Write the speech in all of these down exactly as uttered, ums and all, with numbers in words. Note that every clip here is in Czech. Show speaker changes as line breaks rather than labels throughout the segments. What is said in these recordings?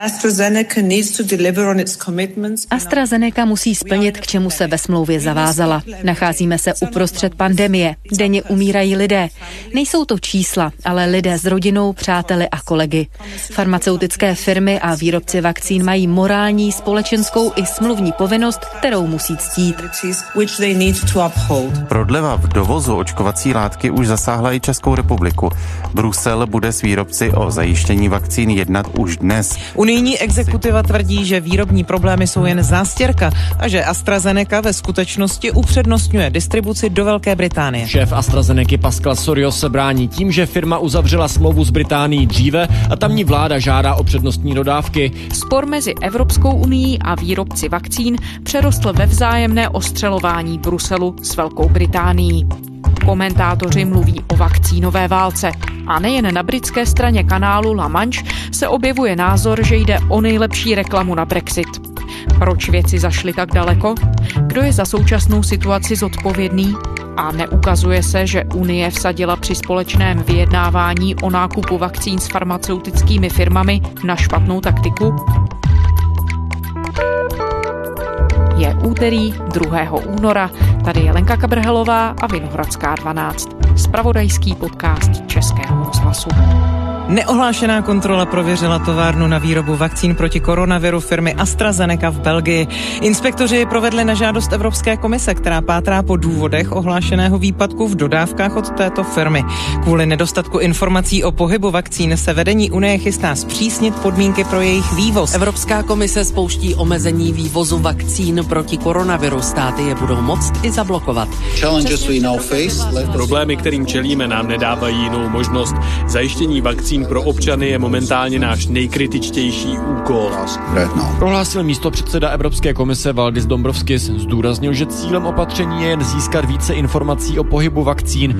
AstraZeneca musí splnit, k čemu se ve smlouvě zavázala. Nacházíme se uprostřed pandemie. Denně umírají lidé. Nejsou to čísla, ale lidé s rodinou, přáteli a kolegy. Farmaceutické firmy a výrobci vakcín mají morální, společenskou i smluvní povinnost, kterou musí ctít.
Prodleva v dovozu očkovací látky už zasáhla i Českou republiku. Brusel bude s výrobci o zajištění vakcín jednat už dnes.
Unijní exekutiva tvrdí, že výrobní problémy jsou jen zástěrka a že AstraZeneca ve skutečnosti upřednostňuje distribuci do Velké Británie.
Šéf AstraZenecy Pascal Soriot se brání tím, že firma uzavřela smlouvu s Británií dříve a tamní vláda žádá o přednostní dodávky.
Spor mezi Evropskou unií a výrobci vakcín přerostl ve vzájemné ostřelování Bruselu s Velkou Británií. Komentátoři mluví o vakcínové válce a nejen na britské straně kanálu La Manche se objevuje názor, že jde o nejlepší reklamu na Brexit. Proč věci zašly tak daleko? Kdo je za současnou situaci zodpovědný? A neukazuje se, že Unie vsadila při společném vyjednávání o nákupu vakcín s farmaceutickými firmami na špatnou taktiku? Je úterý druhého února, tady je Lenka Kabrhelová a Vinohradská dvanáct, zpravodajský podcast Českého rozhlasu.
Neohlášená kontrola prověřila továrnu na výrobu vakcín proti koronaviru firmy AstraZeneca v Belgii. Inspektoři provedli na žádost Evropské komise, která pátrá po důvodech ohlášeného výpadku v dodávkách od této firmy. Kvůli nedostatku informací o pohybu vakcín se vedení Unie chystá zpřísnit podmínky pro jejich vývoz.
Evropská komise spouští omezení vývozu vakcín proti koronaviru. Státy je budou moct i zablokovat.
Problémy, kterým čelíme, nám nedávají jinou možnost. Zajištění vakcín pro občany je momentálně náš nejkritičtější úkol.
Prohlásil místopředseda Evropské komise Valdis Dombrovskis. Zdůraznil, že cílem opatření je jen získat více informací o pohybu vakcín.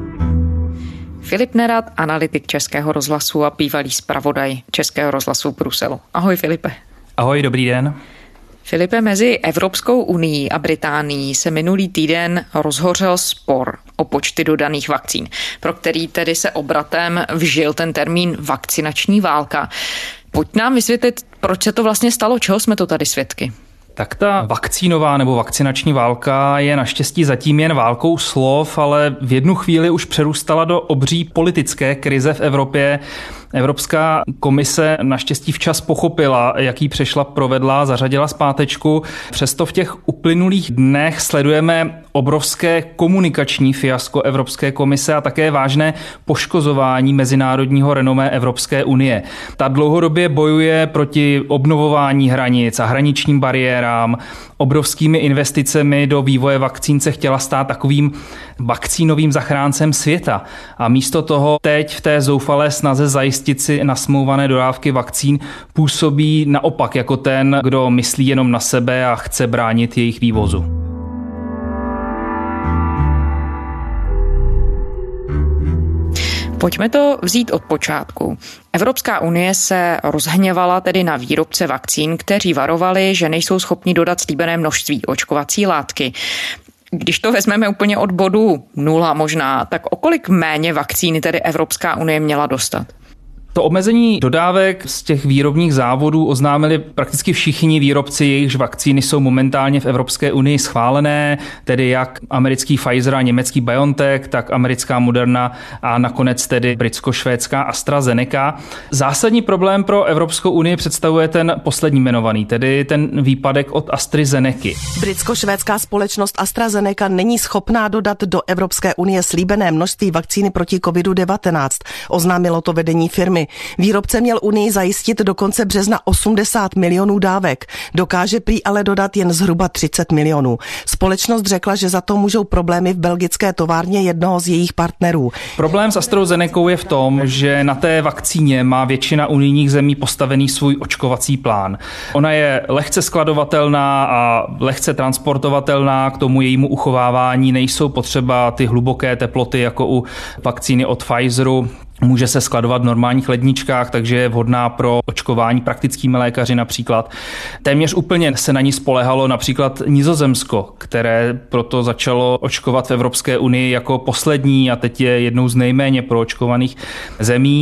Filip Nerad, analytik Českého rozhlasu a bývalý zpravodaj Českého rozhlasu v Bruselu. Ahoj Filipe.
Ahoj, dobrý den.
Filipe, mezi Evropskou unií a Británií se minulý týden rozhořel spor o počty dodaných vakcín, pro který tedy se obratem vžil ten termín vakcinační válka. Pojď nám vysvětlit, proč se to vlastně stalo, čeho jsme to tady svědky?
Tak ta vakcínová nebo vakcinační válka je naštěstí zatím jen válkou slov, ale v jednu chvíli už přerůstala do obří politické krize v Evropě. Evropská komise naštěstí včas pochopila, jaký přešlap provedla, zařadila zpátečku. Přesto v těch uplynulých dnech sledujeme obrovské komunikační fiasko Evropské komise a také vážné poškozování mezinárodního renomé Evropské unie. Ta dlouhodobě bojuje proti obnovování hranic a hraničním bariérám. Obrovskými investicemi do vývoje vakcín se chtěla stát takovým vakcínovým zachráncem světa. A místo toho teď v té zoufalé snaze zajistit si nasmlouvané dodávky vakcín působí naopak jako ten, kdo myslí jenom na sebe a chce bránit jejich vývozu.
Pojďme to vzít od počátku. Evropská unie se rozhněvala tedy na výrobce vakcín, kteří varovali, že nejsou schopni dodat slíbené množství očkovací látky. Když to vezmeme úplně od bodu nula možná, tak o kolik méně vakcíny tedy Evropská unie měla dostat?
To omezení dodávek z těch výrobních závodů oznámili prakticky všichni výrobci, jejichž vakcíny jsou momentálně v Evropské unii schválené, tedy jak americký Pfizer a německý BioNTech, tak americká Moderna a nakonec tedy britsko-švédská AstraZeneca. Zásadní problém pro Evropskou unii představuje ten poslední jmenovaný, tedy ten výpadek od AstraZenecy.
Britsko-švédská společnost AstraZeneca není schopná dodat do Evropské unie slíbené množství vakcíny proti kovidu devatenáct, oznámilo to vedení firmy. Výrobce měl Unii zajistit do konce března osmdesát milionů dávek. Dokáže prý ale dodat jen zhruba třicet milionů. Společnost řekla, že za to můžou problémy v belgické továrně jednoho z jejich partnerů.
Problém s AstraZenecou je v tom, že na té vakcíně má většina unijních zemí postavený svůj očkovací plán. Ona je lehce skladovatelná a lehce transportovatelná, k tomu jejímu uchovávání nejsou potřeba ty hluboké teploty jako u vakcíny od Pfizeru. Může se skladovat v normálních ledničkách, takže je vhodná pro očkování praktickými lékaři například. Téměř úplně se na ní spolehalo například Nizozemsko, které proto začalo očkovat v Evropské unii jako poslední a teď je jednou z nejméně proočkovaných zemí.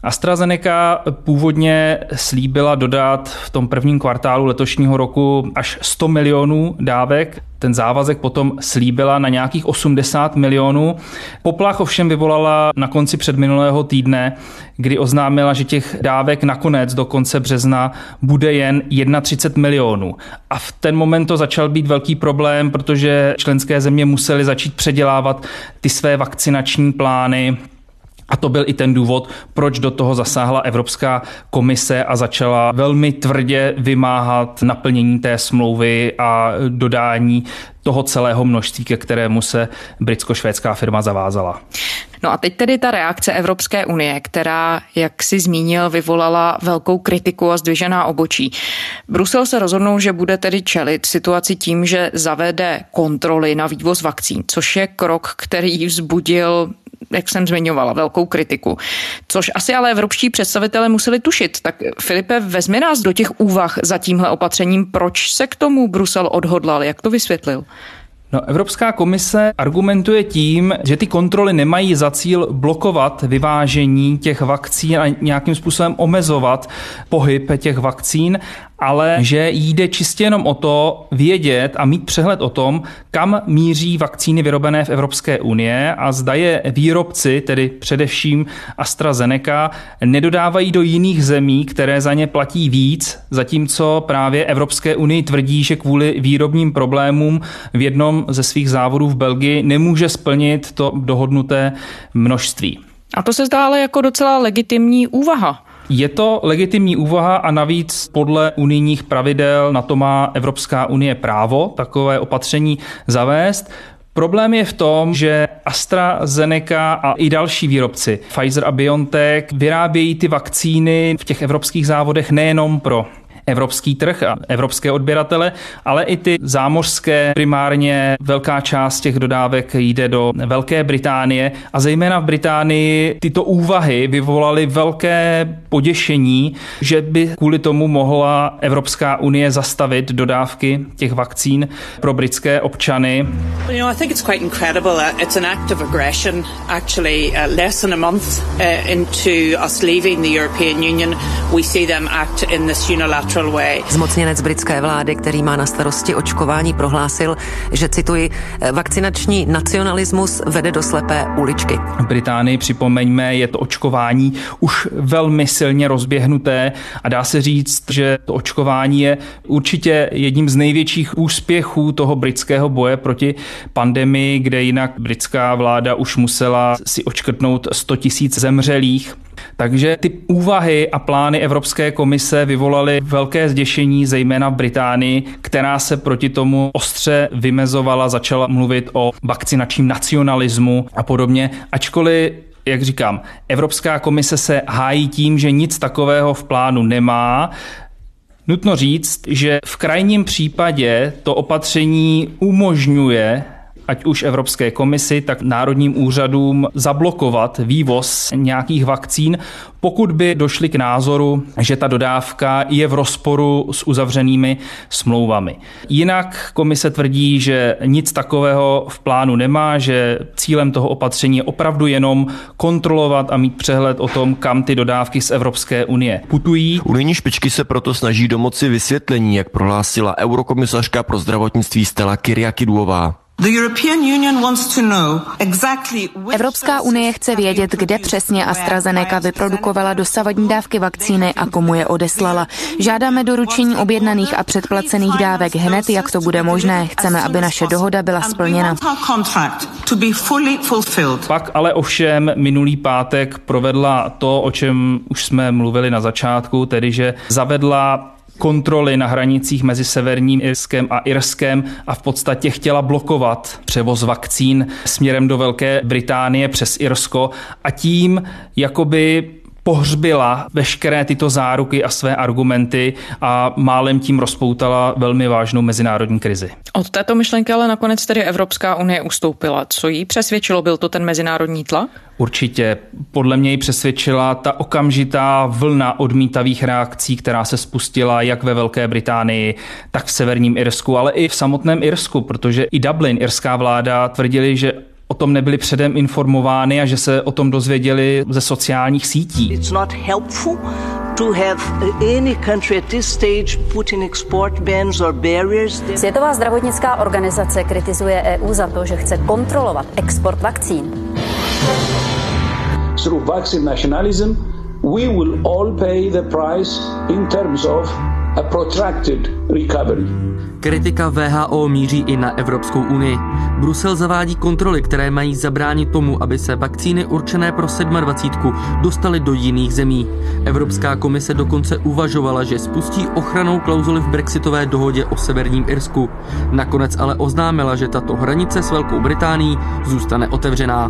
AstraZeneca původně slíbila dodat v tom prvním kvartálu letošního roku až sto milionů dávek. Ten závazek potom slíbila na nějakých osmdesát milionů. Poplach ovšem vyvolala na konci předminulého týdne, kdy oznámila, že těch dávek nakonec do konce března bude jen třicet jedna milionů. A v ten moment to začal být velký problém, protože členské země musely začít předělávat ty své vakcinační plány. A to byl i ten důvod, proč do toho zasáhla Evropská komise a začala velmi tvrdě vymáhat naplnění té smlouvy a dodání toho celého množství, ke kterému se britsko-švédská firma zavázala.
No a teď tedy ta reakce Evropské unie, která, jak si zmínil, vyvolala velkou kritiku a zdvižená obočí. Brusel se rozhodnul, že bude tedy čelit situaci tím, že zavede kontroly na vývoz vakcín, což je krok, který vzbudil, jak jsem zmiňovala, velkou kritiku. Což asi ale evropští představitelé museli tušit. Tak Filipe, vezmi nás do těch úvah za tímhle opatřením. Proč se k tomu Brusel odhodlal? Jak to vysvětlil?
No, Evropská komise argumentuje tím, že ty kontroly nemají za cíl blokovat vyvážení těch vakcín a nějakým způsobem omezovat pohyb těch vakcín, ale že jde čistě jenom o to vědět a mít přehled o tom, kam míří vakcíny vyrobené v Evropské unie a zda je výrobci, tedy především AstraZeneca, nedodávají do jiných zemí, které za ně platí víc, zatímco právě Evropské unii tvrdí, že kvůli výrobním problémům v jednom ze svých závodů v Belgii nemůže splnit to dohodnuté množství.
A to se zdá ale jako docela legitimní úvaha.
Je to legitimní úvaha a navíc podle unijních pravidel na to má Evropská unie právo takové opatření zavést. Problém je v tom, že AstraZeneca a i další výrobci, Pfizer a BioNTech, vyrábějí ty vakcíny v těch evropských závodech nejenom pro evropský trh a evropské odběratele, ale i ty zámořské. Primárně velká část těch dodávek jde do Velké Británie a zejména v Británii tyto úvahy vyvolaly velké poděšení, že by kvůli tomu mohla Evropská unie zastavit dodávky těch vakcín pro britské občany.
You know, I think it's quite incredible. It's an act of aggression. Actually, uh, less than a month uh, into us leaving the European Union, we see them act in this unilateral.
Zmocněnec britské vlády, který má na starosti očkování, prohlásil, že, cituji, vakcinační nacionalismus vede do slepé uličky.
V Británii, připomeňme, je to očkování už velmi silně rozběhnuté a dá se říct, že to očkování je určitě jedním z největších úspěchů toho britského boje proti pandemii, kde jinak britská vláda už musela si odškrtnout sto tisíc zemřelých. Takže ty úvahy a plány Evropské komise vyvolaly velké zděšení, zejména v Británii, která se proti tomu ostře vymezovala, začala mluvit o vakcinačním nacionalismu a podobně, ačkoliv, jak říkám, Evropská komise se hájí tím, že nic takového v plánu nemá. Nutno říct, že v krajním případě to opatření umožňuje ať už Evropské komisi, tak národním úřadům zablokovat vývoz nějakých vakcín, pokud by došli k názoru, že ta dodávka je v rozporu s uzavřenými smlouvami. Jinak komise tvrdí, že nic takového v plánu nemá, že cílem toho opatření je opravdu jenom kontrolovat a mít přehled o tom, kam ty dodávky z Evropské unie putují.
Unijní špičky se proto snaží domoci vysvětlení, jak prohlásila eurokomisařka pro zdravotnictví Stella Kyriakidová.
Evropská unie chce vědět, kde přesně AstraZeneca vyprodukovala dosavadní dávky vakcíny a komu je odeslala. Žádáme doručení objednaných a předplacených dávek hned, jak to bude možné. Chceme, aby naše dohoda byla splněna.
Pak ale ovšem minulý pátek provedla to, o čem už jsme mluvili na začátku, tedy že zavedla kontroly na hranicích mezi Severním Irskem a Irskem a v podstatě chtěla blokovat převoz vakcín směrem do Velké Británie přes Irsko a tím jakoby pohřbila veškeré tyto záruky a své argumenty a málem tím rozpoutala velmi vážnou mezinárodní krizi.
Od této myšlenky ale nakonec tedy Evropská unie ustoupila. Co jí přesvědčilo? Byl to ten mezinárodní tlak?
Určitě. Podle mě ji přesvědčila ta okamžitá vlna odmítavých reakcí, která se spustila jak ve Velké Británii, tak v Severním Irsku, ale i v samotném Irsku, protože i Dublin, irská vláda, tvrdili, že o tom nebyly předem informovány a že se o tom dozvěděli ze sociálních sítí.
Světová zdravotnická organizace kritizuje E U za to, že chce kontrolovat export vakcín.
Through vaccine nationalism, we will all pay the price in terms of a protracted recovery.
Kritika W H O míří i na Evropskou unii. Brusel zavádí kontroly, které mají zabránit tomu, aby se vakcíny určené pro dvacet sedm dostaly do jiných zemí. Evropská komise dokonce uvažovala, že spustí ochrannou klauzuli v brexitové dohodě o Severním Irsku. Nakonec ale oznámila, že tato hranice s Velkou Británií zůstane otevřená.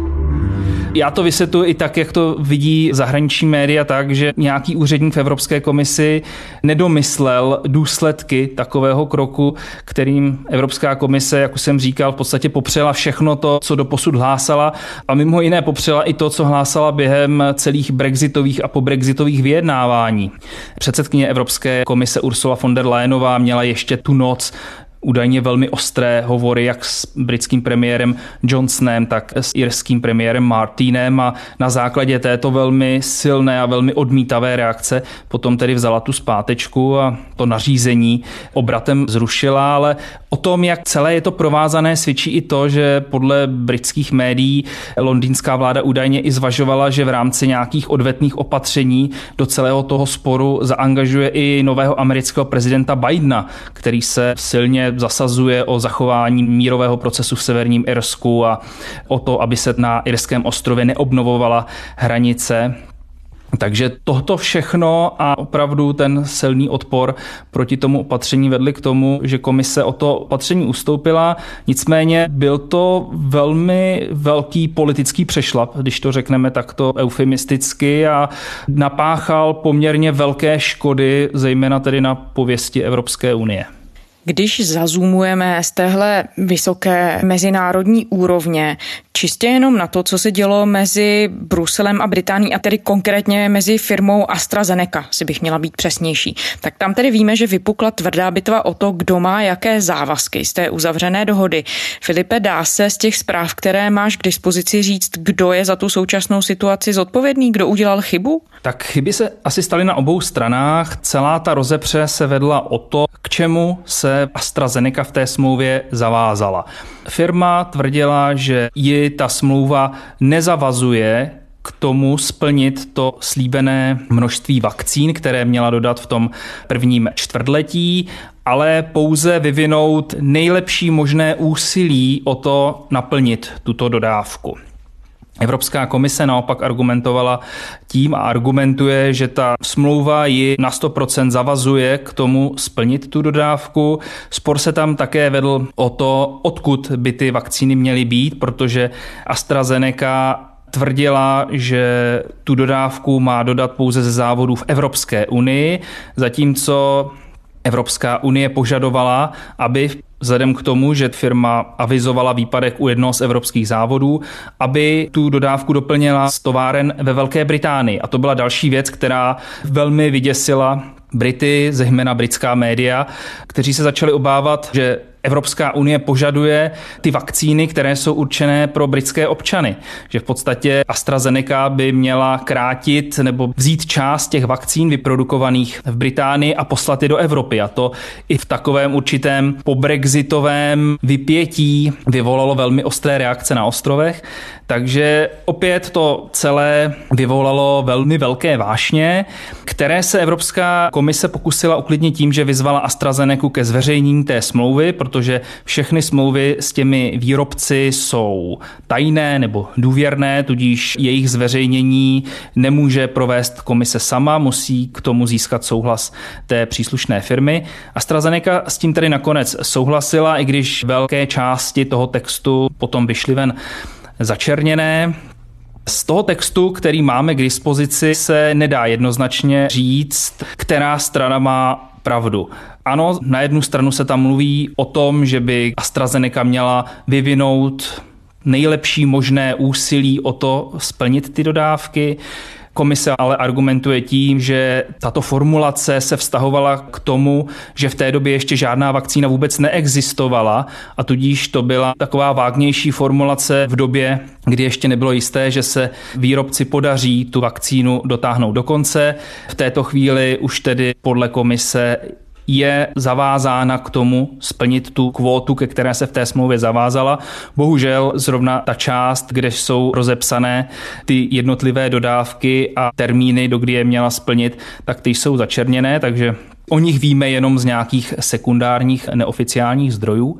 Já to vysvětluji i tak, jak to vidí zahraniční média, tak, že nějaký úředník v Evropské komisi nedomyslel důsledky takového kroku, kterým Evropská komise, jak už jsem říkal, v podstatě popřela všechno to, co doposud hlásala a mimo jiné popřela i to, co hlásala během celých brexitových a pobrexitových vyjednávání. Předsedkyně Evropské komise Ursula von der Leyenová měla ještě tu noc údajně velmi ostré hovory jak s britským premiérem Johnsonem, tak s irským premiérem Martinem a na základě této velmi silné a velmi odmítavé reakce potom tedy vzala tu zpátečku a to nařízení obratem zrušila, ale o tom, jak celé je to provázané, svědčí i to, že podle britských médií londýnská vláda údajně i zvažovala, že v rámci nějakých odvetných opatření do celého toho sporu zaangažuje i nového amerického prezidenta Bidena, který se silně zasazuje o zachování mírového procesu v Severním Irsku a o to, aby se na irském ostrově neobnovovala hranice. Takže tohto všechno a opravdu ten silný odpor proti tomu opatření vedli k tomu, že komise o to opatření ustoupila. Nicméně byl to velmi velký politický přešlap, když to řekneme takto eufemisticky, a napáchal poměrně velké škody, zejména tedy na pověsti Evropské unie.
Když zazumujeme z téhle vysoké mezinárodní úrovně čistě jenom na to, co se dělo mezi Bruselem a Británií a tedy konkrétně mezi firmou AstraZeneca, si bych měla být přesnější, tak tam tedy víme, že vypukla tvrdá bitva o to, kdo má jaké závazky z té uzavřené dohody. Filipe, dá se z těch zpráv, které máš k dispozici, říct, kdo je za tu současnou situaci zodpovědný, kdo udělal chybu?
Tak chyby se asi staly na obou stranách. Celá ta rozepře se vedla o to, k čemu se AstraZeneca v té smlouvě zavázala. Firma tvrdila, že ji ta smlouva nezavazuje k tomu splnit to slíbené množství vakcín, které měla dodat v tom prvním čtvrtletí, ale pouze vyvinout nejlepší možné úsilí o to naplnit tuto dodávku. Evropská komise naopak argumentovala tím a argumentuje, že ta smlouva ji na sto procent zavazuje k tomu splnit tu dodávku. Spor se tam také vedl o to, odkud by ty vakcíny měly být, protože AstraZeneca tvrdila, že tu dodávku má dodat pouze ze závodů v Evropské unii, zatímco Evropská unie požadovala, aby vzhledem k tomu, že firma avizovala výpadek u jednoho z evropských závodů, aby tu dodávku doplnila z továren ve Velké Británii. A to byla další věc, která velmi vyděsila Brity, zejména britská média, kteří se začali obávat, že Evropská unie požaduje ty vakcíny, které jsou určené pro britské občany. Že v podstatě AstraZeneca by měla krátit nebo vzít část těch vakcín vyprodukovaných v Británii a poslat je do Evropy. A to i v takovém určitém pobrexitovém vypětí vyvolalo velmi ostré reakce na ostrovech. Takže opět to celé vyvolalo velmi velké vášně, které se Evropská komise pokusila uklidnit tím, že vyzvala AstraZenecu ke zveřejnění té smlouvy, protože všechny smlouvy s těmi výrobci jsou tajné nebo důvěrné, tudíž jejich zveřejnění nemůže provést komise sama, musí k tomu získat souhlas té příslušné firmy. AstraZeneca s tím tedy nakonec souhlasila, i když velké části toho textu potom vyšly ven začerněné. Z toho textu, který máme k dispozici, se nedá jednoznačně říct, která strana má pravdu. Ano, na jednu stranu se tam mluví o tom, že by AstraZeneca měla vyvinout nejlepší možné úsilí o to splnit ty dodávky. Komise ale argumentuje tím, že tato formulace se vztahovala k tomu, že v té době ještě žádná vakcína vůbec neexistovala a tudíž to byla taková vágnější formulace v době, kdy ještě nebylo jisté, že se výrobci podaří tu vakcínu dotáhnout do konce. V této chvíli už tedy podle komise je zavázána k tomu splnit tu kvótu, ke které se v té smlouvě zavázala. Bohužel zrovna ta část, kde jsou rozepsané ty jednotlivé dodávky a termíny, do kdy je měla splnit, tak ty jsou začerněné, takže o nich víme jenom z nějakých sekundárních neoficiálních zdrojů.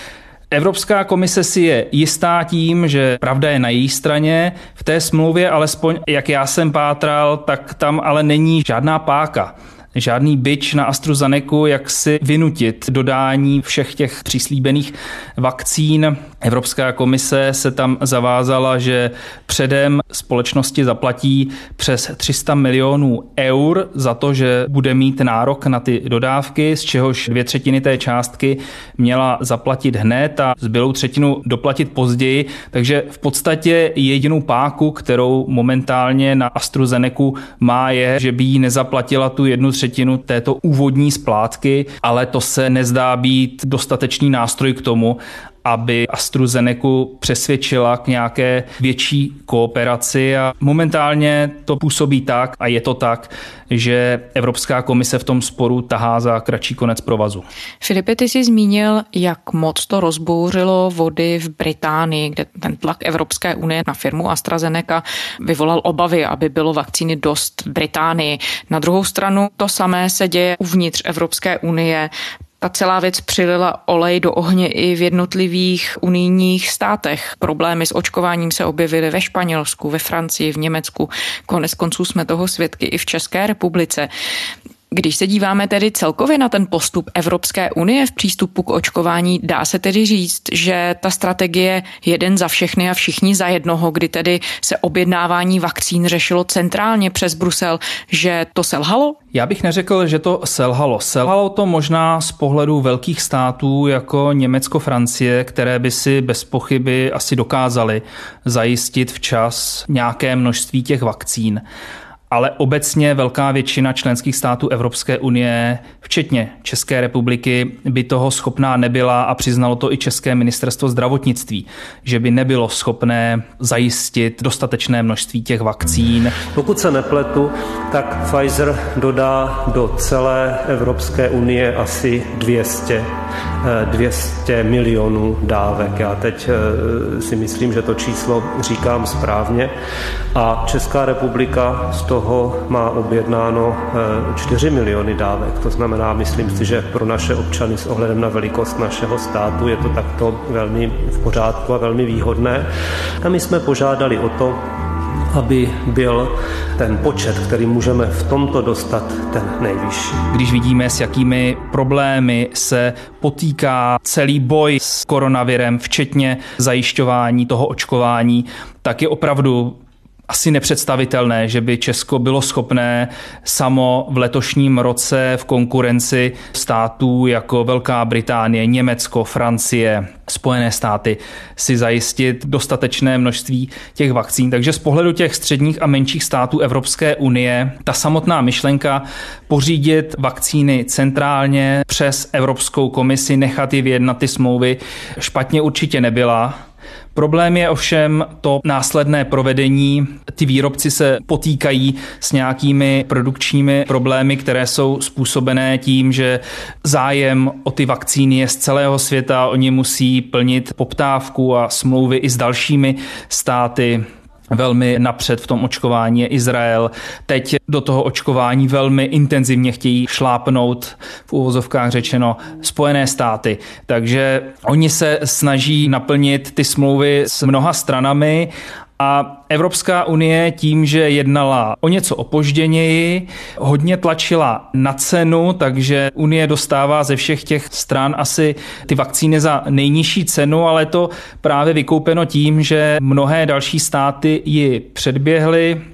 Evropská komise si je jistá tím, že pravda je na její straně. V té smlouvě, alespoň jak já jsem pátral, tak tam ale není žádná páka. Žádný bič na AstraZenecu, jak si vynutit dodání všech těch přislíbených vakcín. Evropská komise se tam zavázala, že předem společnosti zaplatí přes tři sta milionů eur za to, že bude mít nárok na ty dodávky, z čehož dvě třetiny té částky měla zaplatit hned a zbylou třetinu doplatit později. Takže v podstatě jedinou páku, kterou momentálně na AstraZenecu má, je, že by jí nezaplatila tu jednu třetinu této úvodní splátky, ale to se nezdá být dostatečný nástroj k tomu, aby AstraZenecu přesvědčila k nějaké větší kooperaci a momentálně to působí tak a je to tak, že Evropská komise v tom sporu tahá za kratší konec provazu.
Filipe, ty jsi zmínil, jak moc to rozbouřilo vody v Británii, kde ten tlak Evropské unie na firmu AstraZeneca vyvolal obavy, aby bylo vakcíny dost v Británii. Na druhou stranu to samé se děje uvnitř Evropské unie. Ta celá věc přilila olej do ohně i v jednotlivých unijních státech. Problémy s očkováním se objevily ve Španělsku, ve Francii, v Německu. Konec konců jsme toho svědky i v České republice. Když se díváme tedy celkově na ten postup Evropské unie v přístupu k očkování, dá se tedy říct, že ta strategie jeden za všechny a všichni za jednoho, kdy tedy se objednávání vakcín řešilo centrálně přes Brusel, že to selhalo?
Já bych neřekl, že to selhalo. Selhalo to možná z pohledu velkých států jako Německo, Francie, které by si bez pochyby asi dokázaly zajistit včas nějaké množství těch vakcín. Ale obecně velká většina členských států Evropské unie, včetně České republiky, by toho schopná nebyla a přiznalo to i České ministerstvo zdravotnictví, že by nebylo schopné zajistit dostatečné množství těch vakcín.
Pokud se nepletu, tak Pfizer dodá do celé Evropské unie asi dvě stě milionů dávek. Já teď si myslím, že to číslo říkám správně. A Česká republika z toho má objednáno čtyři miliony dávek. To znamená, myslím si, že pro naše občany s ohledem na velikost našeho státu je to takto velmi v pořádku a velmi výhodné. A my jsme požádali o to, aby byl ten počet, který můžeme v tomto dostat, ten nejvyšší.
Když vidíme, s jakými problémy se potýká celý boj s koronavirem, včetně zajišťování toho očkování, tak je opravdu asi nepředstavitelné, že by Česko bylo schopné samo v letošním roce v konkurenci států jako Velká Británie, Německo, Francie, Spojené státy si zajistit dostatečné množství těch vakcín. Takže z pohledu těch středních a menších států Evropské unie ta samotná myšlenka pořídit vakcíny centrálně přes Evropskou komisi, nechat je vyjednat ty smlouvy, špatně určitě nebyla. Problém je ovšem to následné provedení. Ty výrobci se potýkají s nějakými produkčními problémy, které jsou způsobené tím, že zájem o ty vakcíny je z celého světa. Oni musí plnit poptávku a smlouvy i s dalšími státy. Velmi napřed v tom očkování je Izrael. Teď do toho očkování velmi intenzivně chtějí šlápnout, v uvozovkách řečeno, Spojené státy. Takže oni se snaží naplnit ty smlouvy s mnoha stranami a Evropská unie tím, že jednala o něco opožděněji, hodně tlačila na cenu, takže Unie dostává ze všech těch stran asi ty vakcíny za nejnižší cenu, ale to právě vykoupeno tím, že mnohé další státy ji předběhly.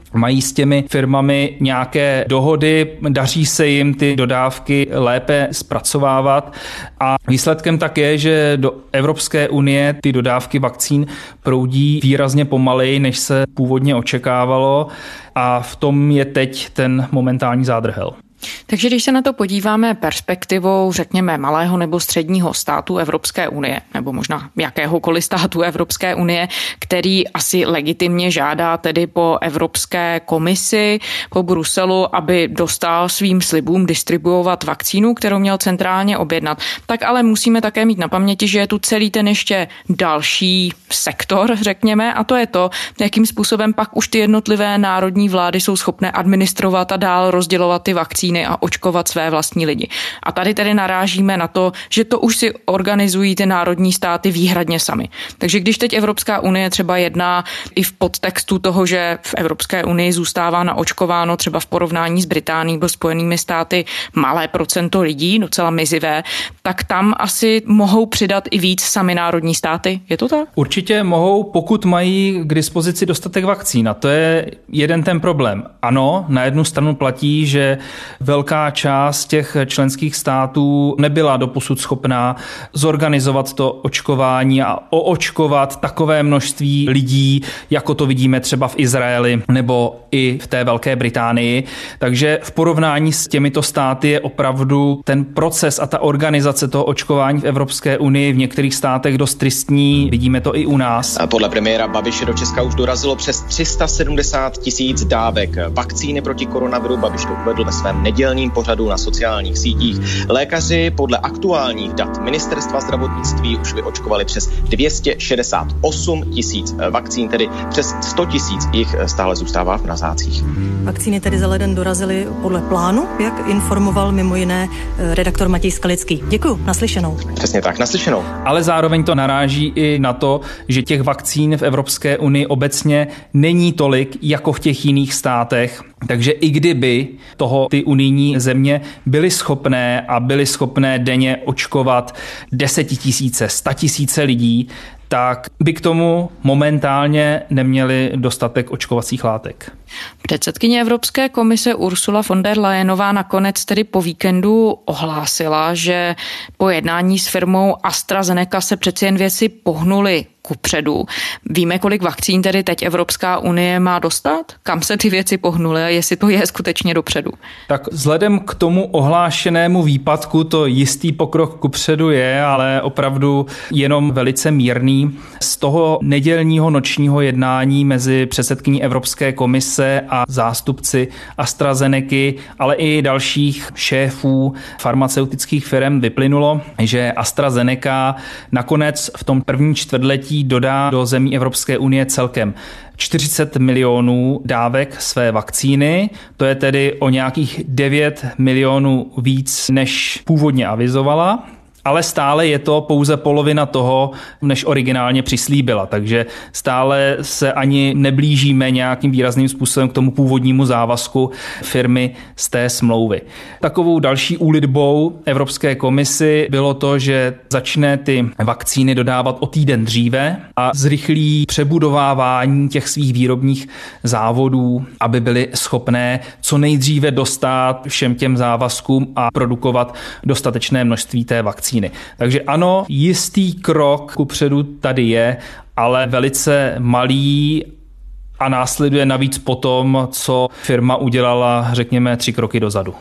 mají s těmi firmami nějaké dohody, daří se jim ty dodávky lépe zpracovávat a výsledkem tak je, že do Evropské unie ty dodávky vakcín proudí výrazně pomaleji, než se původně očekávalo a v tom je teď ten momentální zádrhel.
Takže když se na to podíváme perspektivou, řekněme, malého nebo středního státu Evropské unie, nebo možná jakéhokoliv státu Evropské unie, který asi legitimně žádá tedy po Evropské komisi, po Bruselu, aby dostal svým slibům distribuovat vakcínu, kterou měl centrálně objednat, tak ale musíme také mít na paměti, že je tu celý ten ještě další sektor, řekněme, a to je to, jakým způsobem pak už ty jednotlivé národní vlády jsou schopné administrovat a dál rozdělovat ty vakcíny a očkovat své vlastní lidi. A tady tedy narážíme na to, že to už si organizují ty národní státy výhradně sami. Takže když teď Evropská unie třeba jedná i v podtextu toho, že v Evropské unii zůstává naočkováno třeba v porovnání s Británií nebo Spojenými státy malé procento lidí, docela mizivé, tak tam asi mohou přidat i víc sami národní státy. Je to tak?
Určitě mohou, pokud mají k dispozici dostatek vakcín. A to je jeden ten problém. Ano, na jednu stranu platí, že velká část těch členských států nebyla doposud schopná zorganizovat to očkování a oočkovat takové množství lidí, jako to vidíme třeba v Izraeli nebo i v té Velké Británii. Takže v porovnání s těmito státy je opravdu ten proces a ta organizace toho očkování v Evropské unii v některých státech dost tristní. Vidíme to i u nás.
Podle premiéra Babiše do Česka už dorazilo přes tři sta sedmdesát tisíc dávek vakcíny proti koronaviru. Babiš to uvedl ve svém nedělním pořadu na sociálních sítích. Lékaři podle aktuálních dat Ministerstva zdravotnictví už vyočkovali přes dvě stě šedesát osm tisíc vakcín, tedy přes sto tisíc jich stále zůstává v mrazácích.
Vakcíny tedy za leden dorazily podle plánu, jak informoval mimo jiné redaktor Matěj Skalický. Děkuju, naslyšenou.
Přesně tak, naslyšenou.
Ale zároveň to naráží i na to, že těch vakcín v Evropské unii obecně není tolik jako v těch jiných státech. Takže i kdyby toho ty unijní země byly schopné a byly schopné denně očkovat desetitisíce, statisíce lidí, tak by k tomu momentálně neměli dostatek očkovacích látek.
Předsedkyně Evropské komise Ursula von der Leyenová nakonec tedy po víkendu ohlásila, že po jednání s firmou AstraZeneca se přeci jen věci pohnuly kupředu. Víme, kolik vakcín tedy teď Evropská unie má dostat? Kam se ty věci pohnuly a jestli to je skutečně dopředu?
Tak vzhledem k tomu ohlášenému výpadku to jistý pokrok kupředu je, ale opravdu jenom velice mírný. Z toho nedělního nočního jednání mezi předsedkyní Evropské komise a zástupci AstraZenecy, ale i dalších šéfů farmaceutických firm vyplynulo, že AstraZeneca nakonec v tom prvním čtvrtletí dodá do zemí Evropské unie celkem čtyřicet milionů dávek své vakcíny, to je tedy o nějakých devět milionů víc, než původně avizovala. Ale stále je to pouze polovina toho, než originálně přislíbila, takže stále se ani neblížíme nějakým výrazným způsobem k tomu původnímu závazku firmy z té smlouvy. Takovou další úlitbou Evropské komisi bylo to, že začne ty vakcíny dodávat o týden dříve a zrychlí přebudovávání těch svých výrobních závodů, aby byly schopné co nejdříve dostat všem těm závazkům a produkovat dostatečné množství té vakcíny. Takže ano, jistý krok kupředu tady je, ale velice malý a následuje navíc po tom, co firma udělala, řekněme, tři kroky dozadu.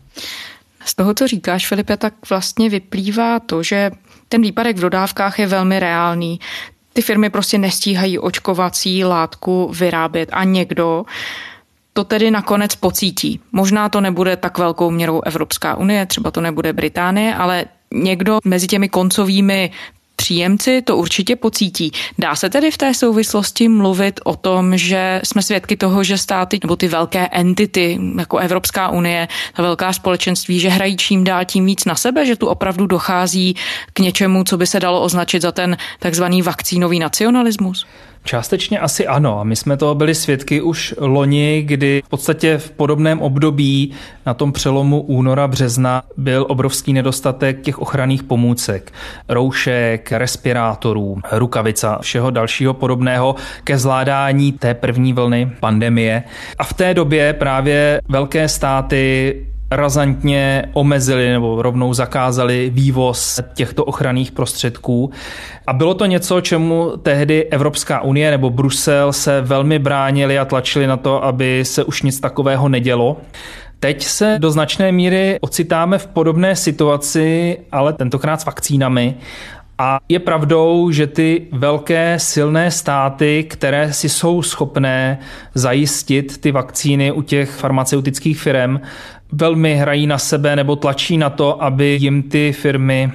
Z toho, co říkáš, Filipe, tak vlastně vyplývá to, že ten výpadek v dodávkách je velmi reálný. Ty firmy prostě nestíhají očkovací látku vyrábět a někdo to tedy nakonec pocítí. Možná to nebude tak velkou měrou Evropská unie, třeba to nebude Británie, ale někdo mezi těmi koncovými příjemci to určitě pocítí. Dá se tedy v té souvislosti mluvit o tom, že jsme svědky toho, že státy nebo ty velké entity jako Evropská unie, ta velká společenství, že hrají čím dál tím víc na sebe, že tu opravdu dochází k něčemu, co by se dalo označit za ten takzvaný vakcínový nacionalismus?
Částečně asi ano. A my jsme toho byli svědky už loni, kdy v podstatě v podobném období na tom přelomu února, března byl obrovský nedostatek těch ochranných pomůcek, roušek, respirátorů, rukavic a všeho dalšího podobného ke zvládání té první vlny pandemie. A v té době právě velké státy razantně omezili nebo rovnou zakázali vývoz těchto ochranných prostředků. A bylo to něco, čemu tehdy Evropská unie nebo Brusel se velmi bránili a tlačili na to, aby se už nic takového nedělo. Teď se do značné míry ocitáme v podobné situaci, ale tentokrát s vakcínami. A je pravdou, že ty velké silné státy, které si jsou schopné zajistit ty vakcíny u těch farmaceutických firm, velmi hrají na sebe nebo tlačí na to, aby jim ty firmy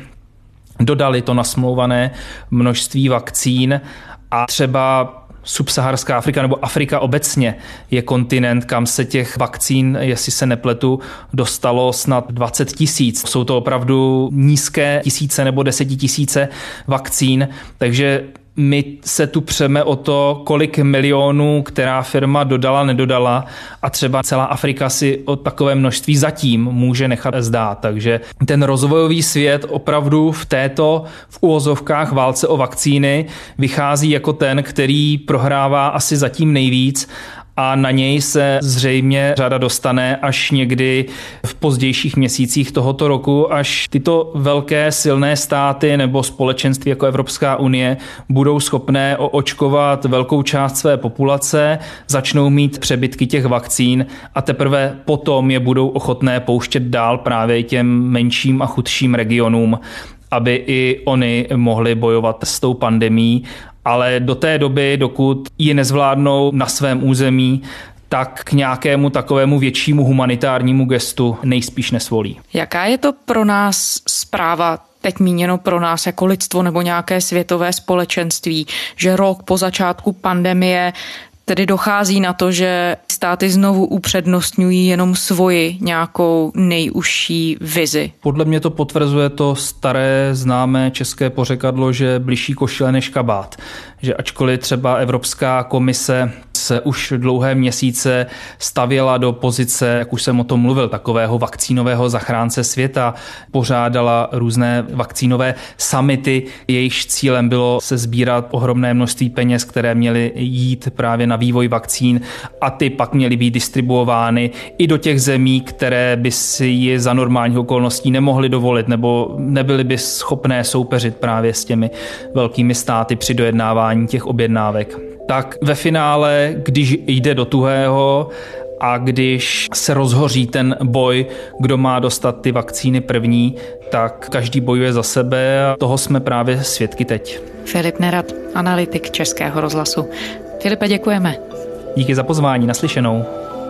dodaly to nasmlouvané množství vakcín. A třeba subsaharská Afrika nebo Afrika obecně je kontinent, kam se těch vakcín, jestli se nepletu, dostalo snad dvacet tisíc. Jsou to opravdu nízké tisíce nebo desetitisíce vakcín, takže my se tu přeme o to, kolik milionů která firma dodala, nedodala a třeba celá Afrika si o takové množství zatím může nechat zdát. Takže ten rozvojový svět opravdu v této v uvozovkách válce o vakcíny vychází jako ten, který prohrává asi zatím nejvíc a na něj se zřejmě řada dostane až někdy v pozdějších měsících tohoto roku, až tyto velké silné státy nebo společenství jako Evropská unie budou schopné oočkovat velkou část své populace, začnou mít přebytky těch vakcín a teprve potom je budou ochotné pouštět dál právě těm menším a chudším regionům, aby i oni mohli bojovat s tou pandemií. Ale do té doby, dokud ji nezvládnou na svém území, tak k nějakému takovému většímu humanitárnímu gestu nejspíš nesvolí.
Jaká je to pro nás zpráva, teď míněno pro nás jako lidstvo nebo nějaké světové společenství, že rok po začátku pandemie tedy dochází na to, že státy znovu upřednostňují jenom svoji nějakou nejužší vizi?
Podle mě to potvrzuje to staré známé české pořekadlo, že bližší košile než kabát. Že ačkoliv třeba Evropská komise se už dlouhé měsíce stavěla do pozice, jak už jsem o tom mluvil, takového vakcínového zachránce světa, pořádala různé vakcínové summity, jejichž cílem bylo se sbírat ohromné množství peněz, které měly jít právě na vývoj vakcín a ty pak měly být distribuovány i do těch zemí, které by si ji za normálních okolností nemohly dovolit nebo nebyly by schopné soupeřit právě s těmi velkými státy při dojednávání těch objednávek. Tak ve finále, když jde do tuhého a když se rozhoří ten boj, kdo má dostat ty vakcíny první, tak každý bojuje za sebe a toho jsme právě svědky teď.
Filip Nerad, analytik Českého rozhlasu. Filipe, děkujeme.
Díky za pozvání, naslyšenou.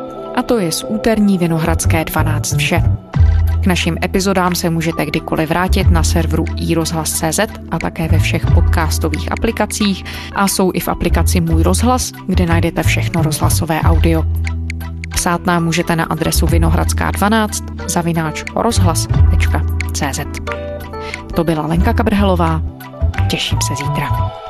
A to je z úterní Vinohradské dvanáct vše. K našim epizodám se můžete kdykoliv vrátit na serveru i rozhlas tečka cé zet a také ve všech podcastových aplikacích a jsou i v aplikaci Můj rozhlas, kde najdete všechno rozhlasové audio. Psát nám můžete na adresu vinohradská dvanáct zavináč rozhlas tečka cé zet. To byla Lenka Kabrhelová. Těším se zítra.